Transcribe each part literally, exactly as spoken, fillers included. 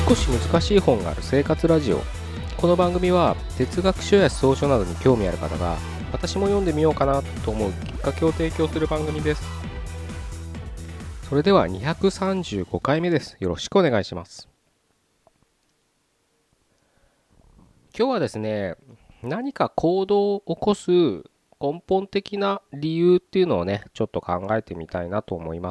少し難しい本がある生活ラジオ。この番組は哲学書や草書などに興味ある方が、私も読んでみようかなと思うきっかけを提供する番組です。それではにひゃくさんじゅうごかいめです。よろしくお願いします。今日はですね、何か行動を起こす根本的な理由っていうのをね、ちょっと考えてみたいなと思います。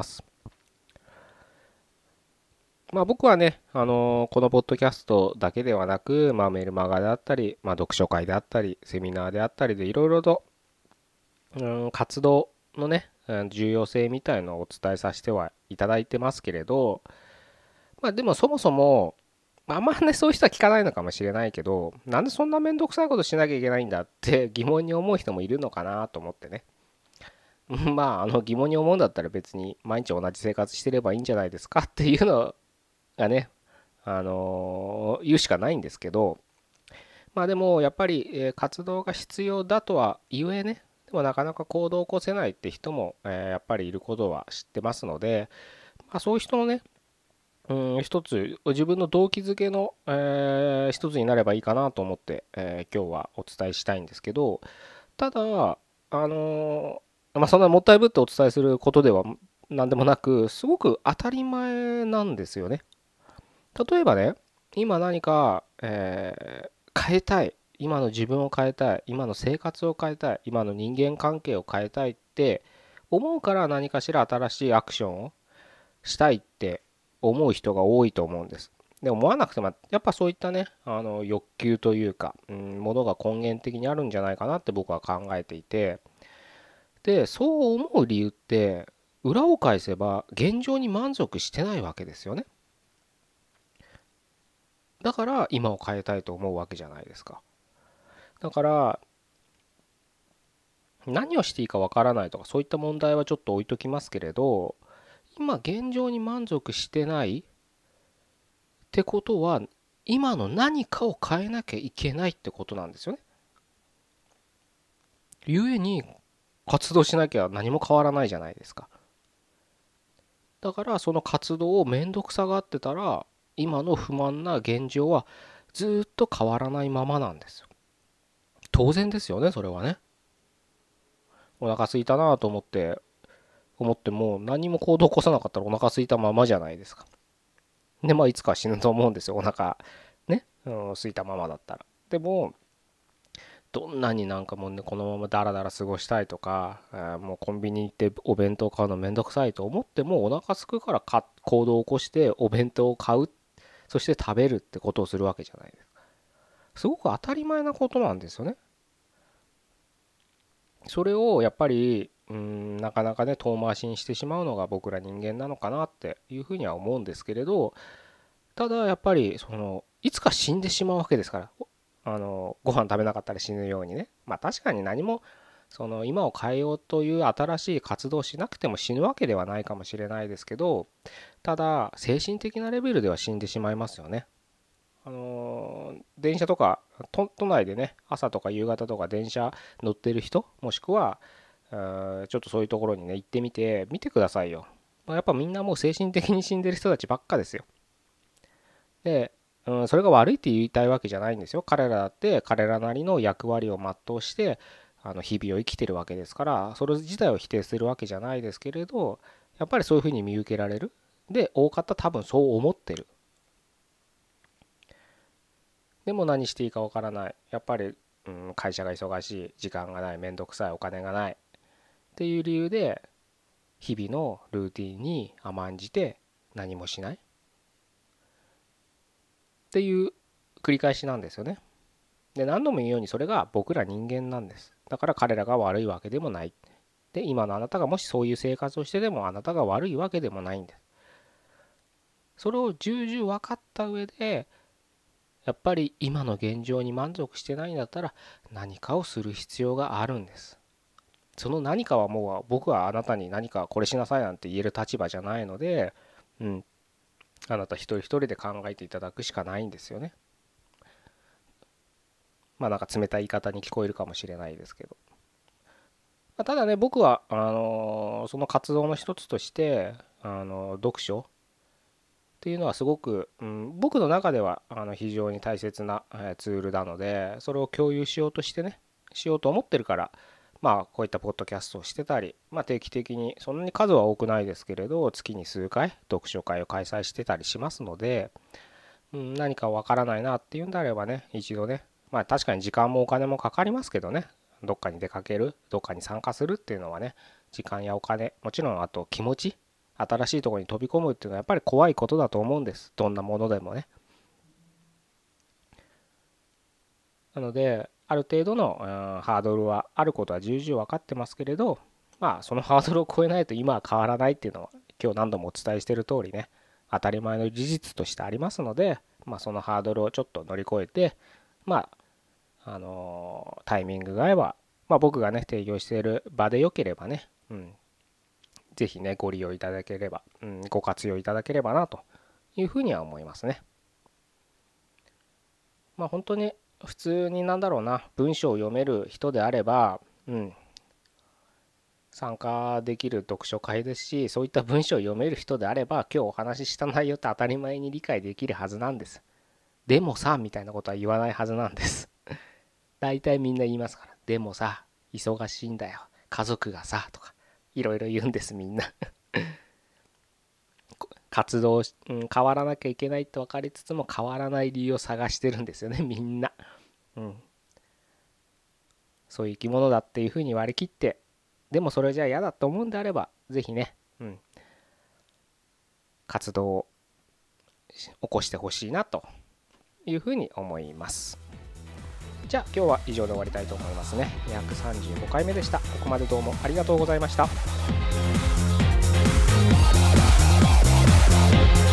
まあ僕はね、あのーこのポッドキャストだけではなく、まあメルマガであったり、まあ読書会であったり、セミナーであったりでいろいろと、うん、活動のね、うん重要性みたいのをお伝えさせてはいただいてますけれど、まあでもそもそも、まああんまね、そういう人は聞かないのかもしれないけど、なんでそんなめんどくさいことしなきゃいけないんだって疑問に思う人もいるのかなと思ってね。まあ、あの疑問に思うんだったら別に毎日同じ生活してればいいんじゃないですかっていうのがね、あのー言うしかないんですけど、まあでもやっぱり、えー活動が必要だとは言えね、でもなかなか行動を起こせないって人も、えーやっぱりいることは知ってますので、まあ、そういう人のね、うん、一つ自分の動機づけの、えー一つになればいいかなと思って、えー今日はお伝えしたいんですけど、ただ、あのーまあそんなもったいぶってお伝えすることでは何でもなく、すごく当たり前なんですよね。例えばね、今何か、えー変えたい、今の自分を変えたい、今の生活を変えたい、今の人間関係を変えたいって思うから何かしら新しいアクションをしたいって思う人が多いと思うんです。で思わなくてもやっぱそういったね、あの欲求というか、うん、ものが根源的にあるんじゃないかなって僕は考えていて、でそう思う理由って裏を返せば現状に満足してないわけですよね。だから今を変えたいと思うわけじゃないですか。だから何をしていいかわからないとかそういった問題はちょっと置いときますけれど、今現状に満足してないってことは今の何かを変えなきゃいけないってことなんですよね。故に活動しなきゃ何も変わらないじゃないですか。だからその活動をめんどくさがってたら今の不満な現状はずっと変わらないままなんですよ。当然ですよね、それはね。お腹空いたなと思って思っても何も行動を起こさなかったらお腹空いたままじゃないですか。でまあいつか死ぬと思うんですよ、お腹ね、うん、空いたままだったら。でもどんなになんかもうねこのままダラダラ過ごしたいとか、もうコンビニ行ってお弁当買うのめんどくさいと思ってもお腹空くからか行動を起こしてお弁当を買う、そして食べるってことをするわけじゃないですか。すごく当たり前なことなんですよね。それをやっぱりうーんなかなかね遠回しにしてしまうのが僕ら人間なのかなっていうふうには思うんですけれど、ただやっぱりそのいつか死んでしまうわけですから、あのご飯食べなかったら死ぬようにね、まあ確かに何もその今を変えようという新しい活動をしなくても死ぬわけではないかもしれないですけど、ただ精神的なレベルでは死んでしまいますよね。あの電車とか都都内でね朝とか夕方とか電車乗ってる人もしくはちょっとそういうところにね行ってみて見てくださいよ。やっぱみんなもう精神的に死んでる人たちばっかですよ。で、うん、それが悪いって言いたいわけじゃないんですよ。彼らだって彼らなりの役割を全うしてあの日々を生きてるわけですから、それ自体を否定するわけじゃないですけれど、やっぱりそういうふうに見受けられる。で大方多分そう思ってる。でも何していいかわからない、やっぱり、うん、会社が忙しい、時間がない、めんどくさい、お金がないっていう理由で日々のルーティンに甘んじて何もしないっていう繰り返しなんですよね。で何度も言うようにそれが僕ら人間なんです。だから彼らが悪いわけでもない。で今のあなたがもしそういう生活をしてでもあなたが悪いわけでもないんです。それを重々分かった上でやっぱり今の現状に満足してないんだったら何かをする必要があるんです。その何かはもう僕はあなたに何かこれしなさいなんて言える立場じゃないので、うん、あなた一人一人で考えていただくしかないんですよね。まあなんか冷たい言い方に聞こえるかもしれないですけど、まあただね僕はあのその活動の一つとしてあの読書っっていうのはすごく、うん、僕の中ではあの非常に大切なツールなので、それを共有しようとしてねしようと思ってるから、まあこういったポッドキャストをしてたり、まあ定期的にそんなに数は多くないですけれど月に数回読書会を開催してたりしますので、うん、何かわからないなっていうんであればね、一度ね、まあ確かに時間もお金もかかりますけどね、どっかに出かける、どっかに参加するっていうのはね、時間やお金、もちろんあと気持ち、新しいところに飛び込むっていうのはやっぱり怖いことだと思うんです。どんなものでもね。なので、ある程度の、うん、ハードルはあることは重々分かってますけれど、まあそのハードルを超えないと今は変わらないっていうのは今日何度もお伝えしている通りね、当たり前の事実としてありますので、まあ、そのハードルをちょっと乗り越えて、まああのータイミングが合えば、まあ、僕がね提供している場でよければね、うん、ぜひねご利用いただければ、うん、ご活用いただければなというふうには思いますね。まあ本当に普通になんだろうな、文章を読める人であれば、うん、参加できる読書会ですし、そういった文章を読める人であれば今日お話しした内容って当たり前に理解できるはずなんです。でもさみたいなことは言わないはずなんです大体みんな言いますから。でもさ、忙しいんだよ、家族がさとかいろいろ言うんですみんな活動、うん、変わらなきゃいけないと分かりつつも変わらない理由を探してるんですよねみんな、うん、そういう生き物だっていうふうに割り切って、でもそれじゃ嫌だと思うんであればぜひね、うん、活動を起こしてほしいなというふうに思います。じゃあ今日は以上で終わりたいと思いますね。にひゃくさんじゅうごかいめでした。ここまでどうもありがとうございました。